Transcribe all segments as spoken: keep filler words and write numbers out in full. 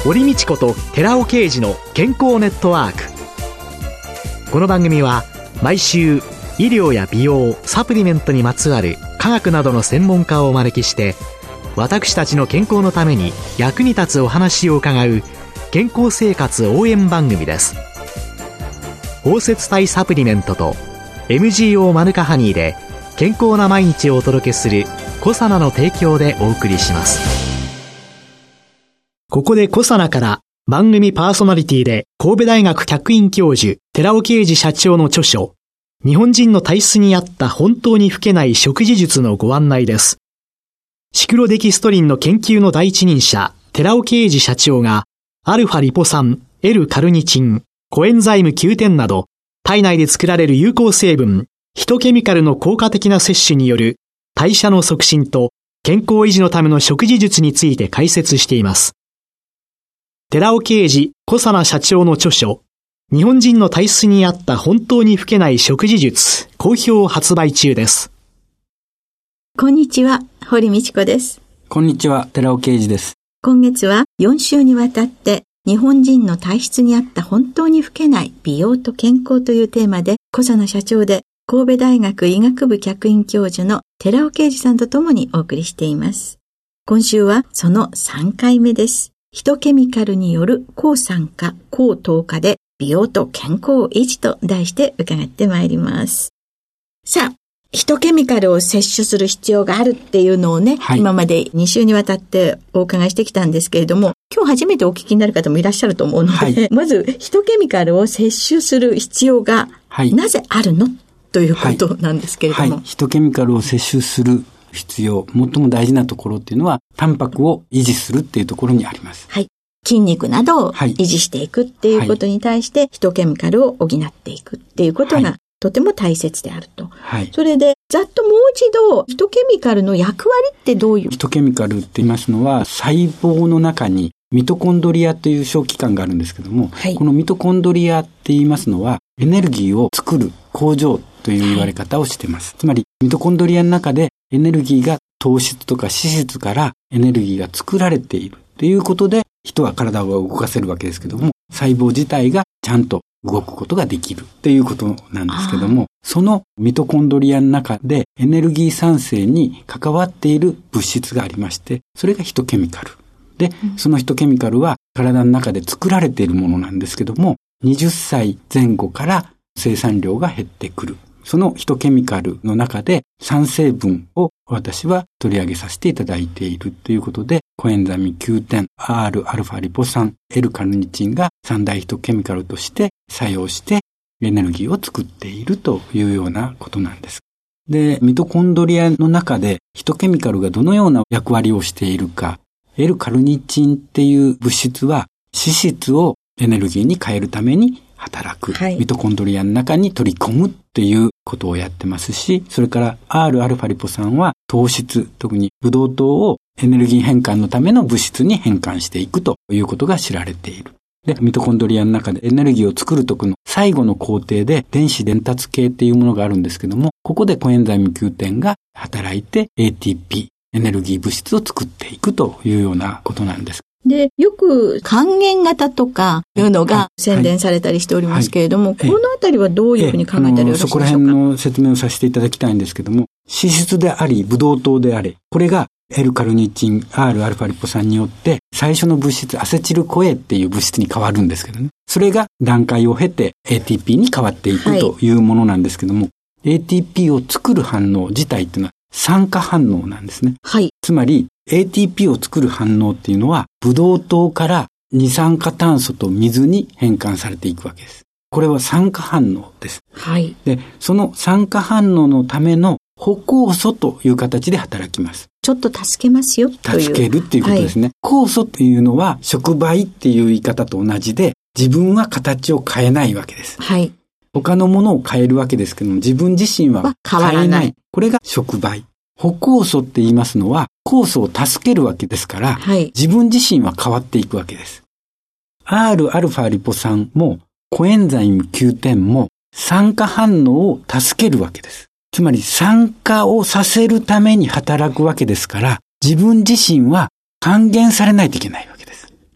堀道子と寺尾啓二の健康ネットワーク。この番組は毎週医療や美容、サプリメントにまつわる科学などの専門家をお招きして、私たちの健康のために役に立つお話を伺う健康生活応援番組です。包摂体サプリメントと エムジーオー マヌカハニーで健康な毎日をお届けするコサナの提供でお送りします。ここでコサナから番組パーソナリティで神戸大学客員教授寺尾啓二社長の著書、日本人の体質に合った本当に老けない食事術のご案内です。シクロデキストリンの研究の第一人者寺尾啓二社長がアルファリポ酸、L カルニチン、コエンザイム キューテン など体内で作られる有効成分ヒトケミカルの効果的な摂取による代謝の促進と健康維持のための食事術について解説しています。寺尾啓二、コサナ社長の著書、日本人の体質に合った本当に老けない食事術、好評発売中です。 こんにちは、堀道子です。 こんにちは、寺尾啓二です。 今月はよん週にわたって日本人の体質に合った本当に老けない美容と健康というテーマで、コサナ社長で神戸大学医学部客員教授の寺尾啓二さんとともにお送りしています。今週はそのさんかいめです。ヒトケミカルによる抗酸化、抗糖化で美容と健康維持と題して伺ってまいります。さあ、ヒトケミカルを摂取する必要があるっていうのをね、はい、今までに週にわたってお伺いしてきたんですけれども、今日初めてお聞きになる方もいらっしゃると思うので、はい、まずヒトケミカルを摂取する必要がなぜあるの、ということなんですけれども、 はいはい、ヒトケミカルを摂取する必要、最も大事なところっていうのは、タンパクを維持するっていうところにあります。 はい。筋肉などを維持していくっていうことに対して、はい、ヒトケミカルを補っていくっていうことがとても大切であると。はい。それで、ざっともう一度、ヒトケミカルの役割ってどういう？ ヒトケミカルって言いますのは、細胞の中にミトコンドリアという小器官があるんですけども、はい、このミトコンドリアって言いますのは、エネルギーを作る工場という言われ方をしています。はい、つまり、ミトコンドリアの中でエネルギーが糖質とか脂質からエネルギーが作られているということで、人は体を動かせるわけですけども、細胞自体がちゃんと動くことができるっていうことなんですけども、そのミトコンドリアの中でエネルギー産生に関わっている物質がありまして、それがヒトケミカル。で、そのヒトケミカルは体の中で作られているものなんですけども、はたちぜん後から生産量が減ってくる。そのヒトケミカルの中でさん成分を私は取り上げさせていただいているということで、コエンザミ キューテン、R アルファリポ酸、L カルニチンが三大ヒトケミカルとして作用してエネルギーを作っているというようなことなんです。で、ミトコンドリアの中でヒトケミカルがどのような役割をしているか、L カルニチンっていう物質は脂質をエネルギーに変えるために働く、はい、ミトコンドリアの中に取り込むっていうことをやってますし、それから R アルファリポ酸は糖質、特にブドウ糖をエネルギー変換のための物質に変換していくということが知られている。で、ミトコンドリアの中でエネルギーを作るときの最後の工程で電子伝達系っていうものがあるんですけども、ここでコエンザイム キューテン が働いて エーティーピー、エネルギー物質を作っていくというようなことなんです。 で、よく還元型とかいうのが宣伝されたりしておりますけれども、はいはい、このあたりはどういうふうに考えたらよろしいでしょうか？ そこら辺の説明をさせていただきたいんですけども、脂質であり、ブドウ糖であれ、これが L カルニチン、R アルファリポ酸によって最初の物質、アセチルコエっていう物質に変わるんですけどね。それが段階を経て エーティーピー に変わっていくというものなんですけども、はい、エーティーピー を作る反応自体っていうのは酸化反応なんですね。はい。つまり エーティーピー を作る反応っていうのはブドウ糖から二酸化炭素と水に変換されていくわけです。これは酸化反応です。はい。で、その酸化反応のための補酵素という形で働きます。 ちょっと助けますよという。 助けるっていうことですね。はい、酵素っていうのは触媒っていう言い方と同じで、自分は形を変えないわけです。はい。他のものを変えるわけですけども、自分自身は変えない。変わらない。これが触媒。補酵素って言いますのは、酵素を助けるわけですから、はい、自分自身は変わっていくわけです。R アルファリポ酸もコエンザイム キューテン も酸化反応を助けるわけです。つまり酸化をさせるために働くわけですから、自分自身は還元されないといけないわけです。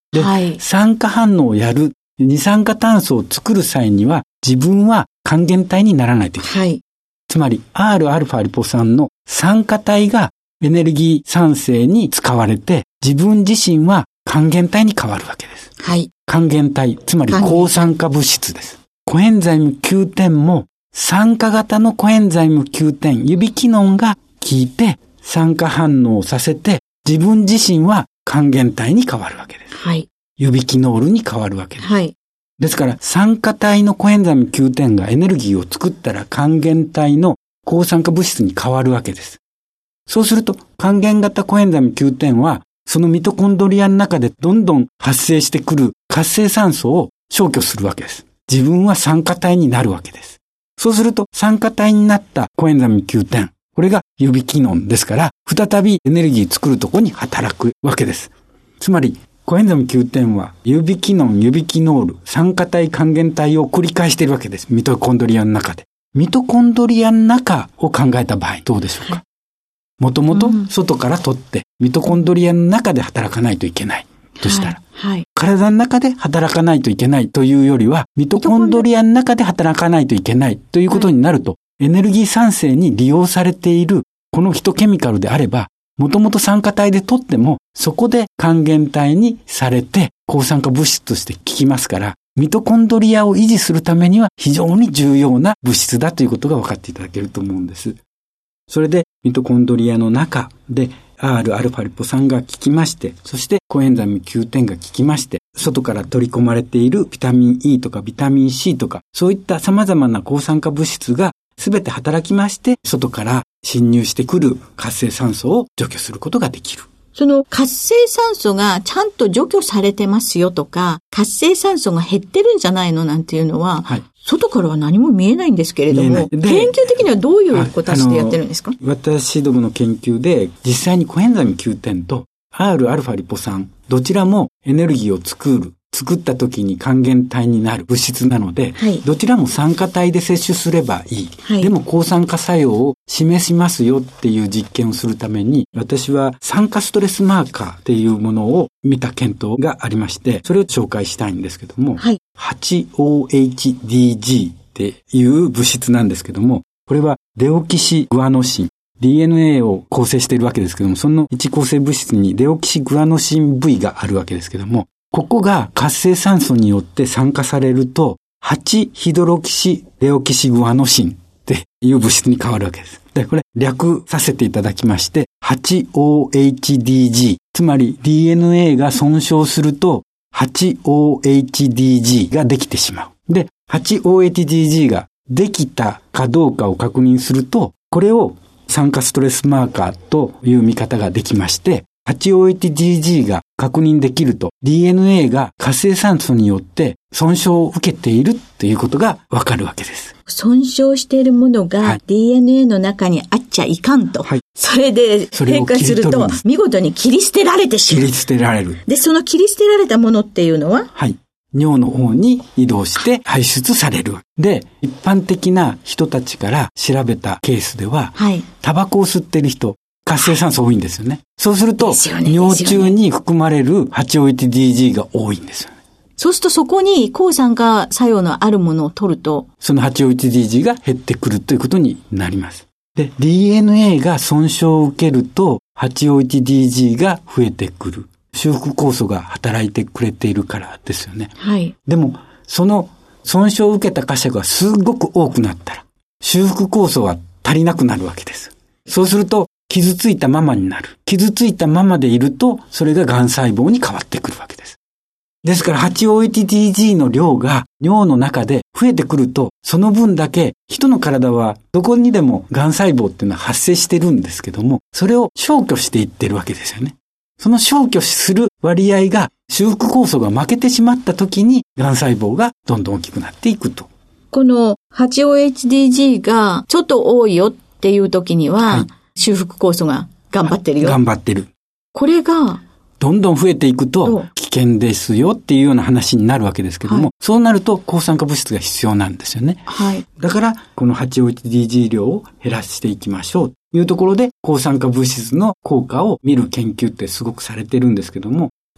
で、はい、酸化反応をやる、二酸化炭素を作る際には、自分は還元体にならないといけない。はい、つまり、Rα リポ酸の酸化体がエネルギー産生に使われて、自分自身は還元体に変わるわけです。はい。還元体、つまり抗酸化物質です。コエンザイム キューテン も酸化型のコエンザイム キューテン、ユビキノンが効いて酸化反応をさせて、自分自身は還元体に変わるわけです。はい。ユビキノールに変わるわけです。はい。ですから、酸化体のコエンザイム キューテン がエネルギーを作ったら還元体の抗酸化物質に変わるわけです。そうすると、還元型コエンザイム キューテン は、そのミトコンドリアの中でどんどん発生してくる活性酸素を消去するわけです。自分は酸化体になるわけです。そうすると、酸化体になったコエンザイム キューテン、これがユビキノンですから、再びエネルギー作るところに働くわけです。つまり、コエンザイム キューテン はユビキノン、ユビキノール、酸化体、還元体を繰り返しているわけです。ミトコンドリアの中で。ミトコンドリアの中を考えた場合どうでしょうか。はい、もともと外から取って、ミトコンドリアの中で働かないといけないとしたら、はいはい、体の中で働かないといけないというよりは、ミトコンドリアの中で働かないといけないということになると、はい、エネルギー産生に利用されているこのヒトケミカルであれば、もともと酸化体で取っても、そこで還元体にされて抗酸化物質として効きますから、ミトコンドリアを維持するためには非常に重要な物質だということが分かっていただけると思うんです。それでミトコンドリアの中で Rα リポ酸が効きまして、そしてコエンザイム キューテン が効きまして、外から取り込まれているビタミン E とかビタミン C とか、そういった様々な抗酸化物質がすべて働きまして、外から侵入してくる活性酸素を除去することができる。 その活性酸素がちゃんと除去されてますよとか、活性酸素が減ってるんじゃないのなんていうのは、はい、外からは何も見えないんですけれども、研究的にはどういう形でやってるんですか？ 私どもの研究で、実際にコエンザイム キューテン と Rα リポ酸、どちらもエネルギーを作る、作った時に還元体になる物質なので、はい、どちらも酸化体で摂取すればいい、はい。でも抗酸化作用を示しますよっていう実験をするために、私は酸化ストレスマーカーっていうものを見た検討がありまして、それを紹介したいんですけども、はい、はちオーエイチディージー っていう物質なんですけども、これはデオキシグアノシン、ディーエヌエー を構成しているわけですけども、その一構成物質にデオキシグアノシン V があるわけですけども、ここが活性酸素によって酸化されると、はちヒドロキシデオキシグアノシンっていう物質に変わるわけです。で、これ略させていただきまして、はちオーエイチディージー、つまり ディーエヌエー が損傷すると、はちオーエイチディージー ができてしまう。で、はちオーエイチディージー ができたかどうかを確認すると、これを酸化ストレスマーカーという見方ができまして、はちオーエイチディージー が確認できると ディーエヌエー が活性酸素によって損傷を受けているということがわかるわけです。 損傷しているものが ディーエヌエー の中にあっちゃいかんと。はい、それで変化すると見事に切り捨てられてしまう。 切り捨てられる。 で、その切り捨てられたものっていうのは、 はい。尿の方に移動して排出される。で、一般的な人たちから調べたケースでは、はい、タバコを吸ってる人、活性酸素多いんですよね。そうすると、ね、尿中に含まれる はちオーエイチディージー が多いんですよね。 そうするとそこに抗酸化作用のあるものを取ると、 その はちオーエイチディージー が減ってくるということになります。で、ディーエヌエー が損傷を受けると はちオーエイチディージー が増えてくる。修復酵素が働いてくれているからですよね。はい。でも、その損傷を受けた箇所がすごく多くなったら、修復酵素は足りなくなるわけです。そうすると、傷ついたままになる。傷ついたままでいると、それが癌細胞に変わってくるわけです。ですから はちオーエイチディージー の量が尿の中で増えてくると、その分だけ人の体はどこにでも癌細胞っていうのは発生してるんですけども、それを消去していってるわけですよね。その消去する割合が修復酵素が負けてしまった時に、癌細胞がどんどん大きくなっていくと。 この はちオーエイチディージー がちょっと多いよっていう時には、はい、修復酵素が頑張ってるよ。 頑張ってる。 これが、 どんどん増えていくと危険ですよっていうような話になるわけですけども、はい、そうなると抗酸化物質が必要なんですよね。はい。だから、この はちオーエイチディージー 量を減らしていきましょうというところで、抗酸化物質の効果を見る研究ってすごくされてるんですけども、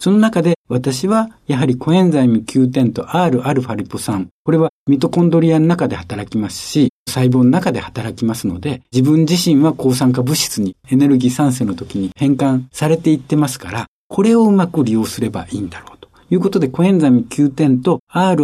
その中で私はやはりコエンザイム キューテン と Rα リポ酸。これはミトコンドリアの中で働きますし、細胞の中で働きますので、自分自身は抗酸化物質にエネルギー産生の時に変換されていってますから、これをうまく利用すればいいんだろうということで、コエンザイム キューテン と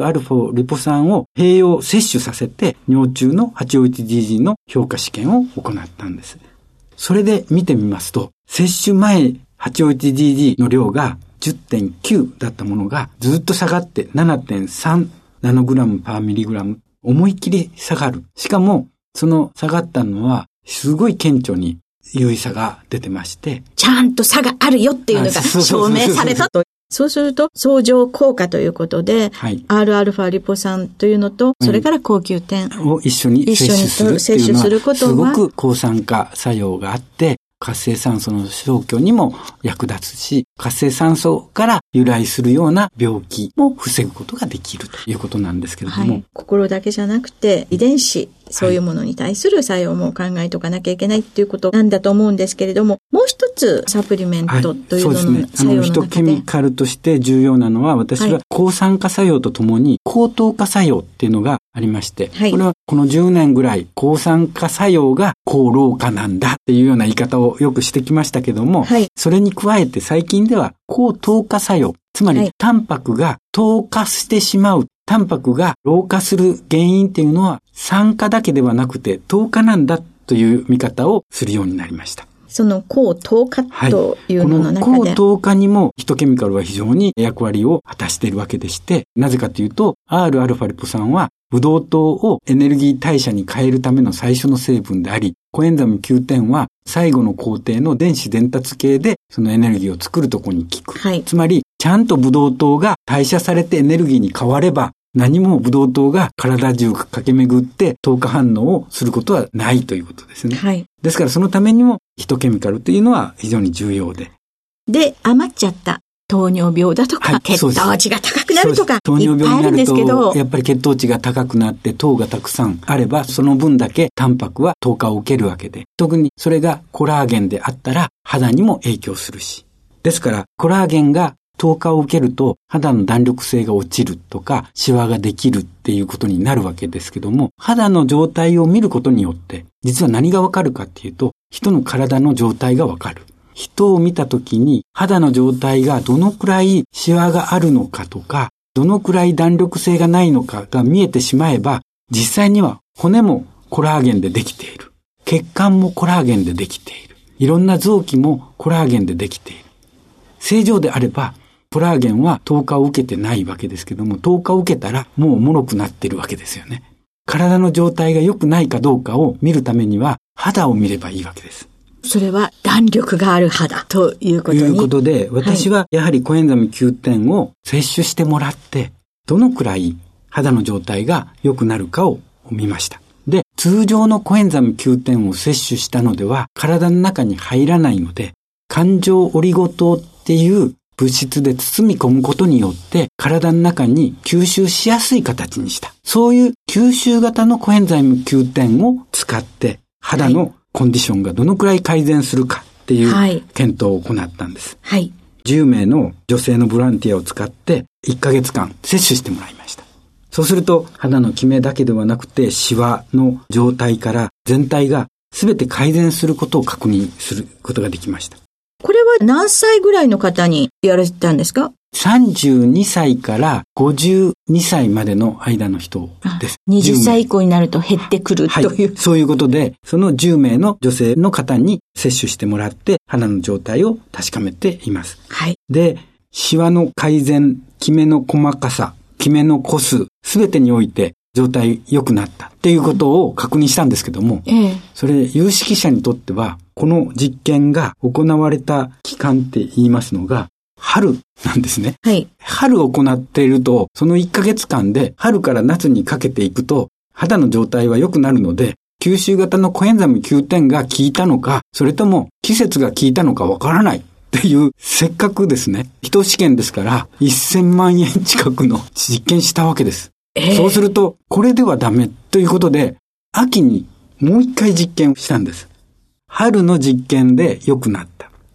Rα リポ酸を併用摂取させて、尿中の はちおういちジージー の評価試験を行ったんです。それで見てみますと、摂取前 はちおういちジージー の量が じゅってんきゅう だったものがずっと下がって ななてんさん ナノグラムパーミリグラム、思いっきり下がる。しかもその下がったのはすごい顕著に有意差が出てまして、 ちゃんと差があるよっていうのが証明されたと。そうすると相乗効果ということで、はい、Rα リポ酸というのと、それから高級点を一緒に摂取するっていうのはすごく抗酸化作用があって、活性酸素の消去にも役立つし、活性酸素から由来するような病気も防ぐことができるということなんですけれども、はい、 心だけじゃなくて遺伝子、そういうものに対する作用も考えとかなきゃいけないっていうことなんだと思うんですけれども、もう一つサプリメントというのの作用の中で、はい、そうですね。あの、ヒトケミカルとして重要なのは、私は抗酸化作用とともに抗糖化作用っていうのがありまして、はい、これはこのじゅうねんぐらい抗酸化作用が抗老化なんだっていうような言い方をよくしてきましたけども、はい、それに加えて最近では抗糖化作用、つまりタンパクが糖化してしまう、タンパクが老化する原因っていうのは酸化だけではなくて糖化なんだという見方をするようになりました。 その抗糖化というのの中で、 はい、この抗糖化にもヒトケミカルは非常に役割を果たしているわけでして、なぜかというと Rα リポ酸はブドウ糖をエネルギー代謝に変えるための最初の成分であり、コエンザイム キューテン は最後の工程の電子伝達系でそのエネルギーを作るところに効く、はい、つまりちゃんとブドウ糖が代謝されてエネルギーに変われば、何もブドウ糖が体中駆け巡って糖化反応をすることはないということですね。はい。ですからそのためにもヒトケミカルというのは非常に重要で。 で、余っちゃった糖尿病だとか、はい、血糖値が高くなるとか、糖尿病になると、 やっぱり血糖値が高くなって糖がたくさんあれば、その分だけタンパクは糖化を受けるわけで、特にそれがコラーゲンであったら肌にも影響するし。ですから、コラーゲンが糖化を受けると肌の弾力性が落ちるとかシワができるっていうことになるわけですけども、肌の状態を見ることによって実は何がわかるかっていうと、人の体の状態がわかる。人を見たときに肌の状態がどのくらいシワがあるのかとか、どのくらい弾力性がないのかが見えてしまえば、実際には骨もコラーゲンでできている。血管もコラーゲンでできている。いろんな臓器もコラーゲンでできている。正常であればコラーゲンは糖化を受けてないわけですけども、糖化を受けたらもう脆くなってるわけですよね。体の状態が良くないかどうかを見るためには肌を見ればいいわけです。 それは弾力がある肌ということに。 ということで、私はやはりコエンザイム キューテン を摂取してもらって、どのくらい肌の状態が良くなるかを見ました。で、通常のコエンザイム キューテン を摂取したのでは体の中に入らないので、環状オリゴ糖っていう物質で包み込むことによって体の中に吸収しやすい形にした。そういう吸収型のコエンザイム キューテン を使って肌のコンディションがどのくらい改善するかっていう検討を行ったんです。はい。じゅうめいの女性のボランティアを使っていっかげつかん摂取してもらいました。そうすると肌のキメだけではなくてシワの状態から全体が全て改善することを確認することができました。 これは何歳ぐらいの方にやられてたんですか？ さんじゅうにさいからごじゅうにさいまでの間の人です。 にじゅっさい以降になると減ってくるという、 はい。そういうことで、そのじゅうめいの女性の方に摂取してもらって肌の状態を確かめています。はい。で、シワの改善、キメの細かさ、キメの個数、すべてにおいて状態良くなったっていうことを確認したんですけども、ええ、それ有識者にとってはこの実験が行われた期間って言いますのが春なんですね。はい。春行っていると、そのいっかげつかんで春から夏にかけていくと肌の状態は良くなるので、吸収型のコエンザイム キューテン が効いたのか、それとも季節が効いたのかわからないっていう、せっかくですね、人試験ですからせんまんえん近くの実験したわけです。えー、そうするとこれではダメということで、秋にもう一回実験したんです。春の実験で良くなった。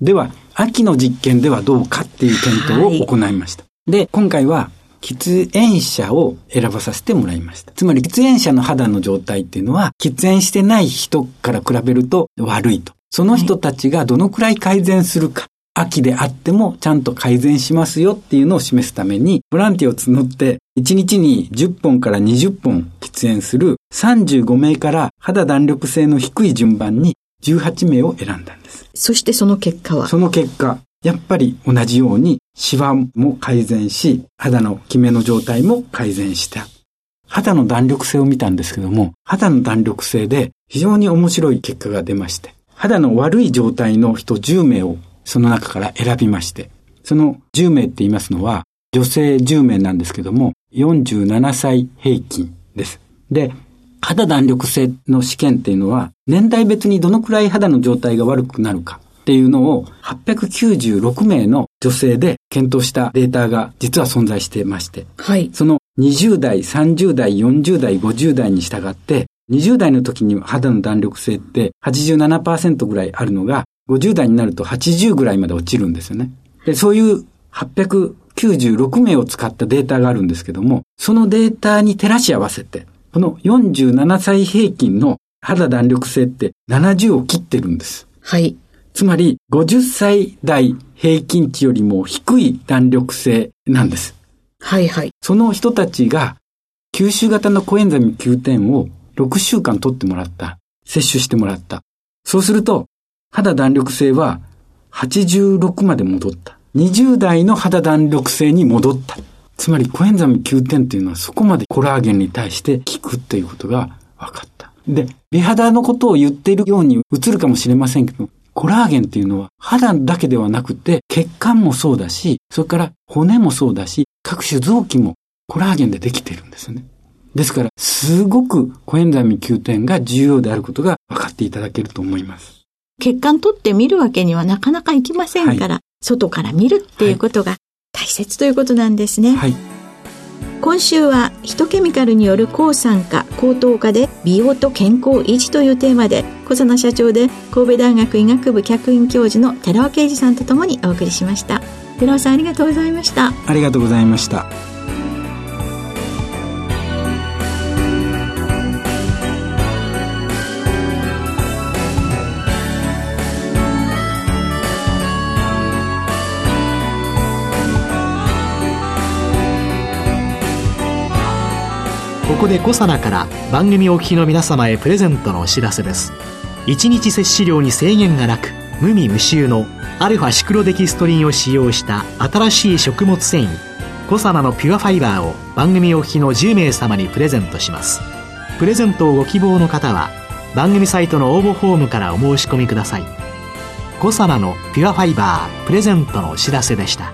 では、秋の実験ではどうかっていう検討を行いました。はい、で、今回は、喫煙者を選ばさせてもらいました。つまり、喫煙者の肌の状態っていうのは、喫煙してない人から比べると悪いと。その人たちがどのくらい改善するか。秋であってもちゃんと改善しますよっていうのを示すために、ボランティアを募って、いちにちにじゅっぽんからにじゅっぽん喫煙するさんじゅうごめいから肌弾力性の低い順番にじゅうはちめいを選んだんです。 そしてその結果は？ その結果、やっぱり同じようにシワも改善し、肌のキメの状態も改善した。肌の弾力性を見たんですけども、肌の弾力性で非常に面白い結果が出まして、肌の悪い状態の人じゅうめいをその中から選びまして、そのじゅうめいって言いますのは、女性じゅうめいなんですけども、よんじゅうななさい平均です。で、肌弾力性の試験っていうのは、年代別にどのくらい肌の状態が悪くなるかっていうのを、はっぴゃくきゅうじゅうろくめいの女性で検討したデータが実は存在していまして、はい。そのにじゅうだい、さんじゅうだい、よんじゅうだい、ごじゅうだいに従って、にじゅうだいの時に肌の弾力性ってはちじゅうななパーセント ぐらいあるのが、ごじゅうだいになるとはちじゅうぐらいまで落ちるんですよね。で、そういうはっぴゃくきゅうじゅうろくめいを使ったデータがあるんですけども、そのデータに照らし合わせて、このよんじゅうななさい平均の肌弾力性ってななじゅうを切ってるんです。はい。つまりごじゅっさいだい平均値よりも低い弾力性なんです。はいはい。その人たちが吸収型のコエンザイム キューテン をろくしゅうかん取ってもらった。摂取してもらった。そうすると、肌弾力性ははちじゅうろくまで戻った。にじゅうだいの肌弾力性に戻った。つまりコエンザイム キューテン というのはそこまでコラーゲンに対して効くということが分かった。で、美肌のことを言っているように映るかもしれませんけど、コラーゲンっていうのは肌だけではなくて血管もそうだし、それから骨もそうだし、各種臓器もコラーゲンでできているんですよね。ですから、すごくコエンザイム キューテン が重要であることが分かっていただけると思います。 血管取って見るわけにはなかなかいきませんから、はい、外から見るっていうことが大切ということなんですね。はい、今週はヒトケミカルによる抗酸化、抗糖化で美容と健康維持というテーマで、小佐奈社長で神戸大学医学部客員教授の寺尾啓二さんとともにお送りしました。寺尾さん、ありがとうございました。 ありがとうございました。 ここでコサナから番組お聞きの皆様へプレゼントのお知らせです。いちにち摂取量に制限がなく、無味無臭のアルファシクロデキストリンを使用した新しい食物繊維コサナのピュアファイバーを番組お聞きのじゅうめいさまにプレゼントします。プレゼントをご希望の方は番組サイトの応募フォームからお申し込みください。コサナのピュアファイバープレゼントのお知らせでした。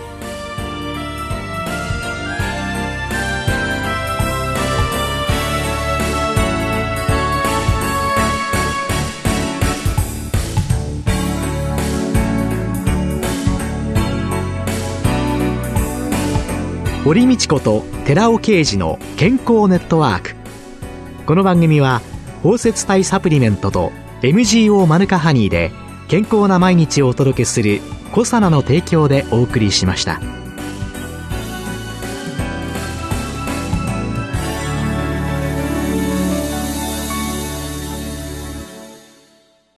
堀道子と寺尾啓二の健康ネットワーク。この番組は包摂体サプリメントと エムジーオー マヌカハニーで健康な毎日をお届けするコサナの提供でお送りしました。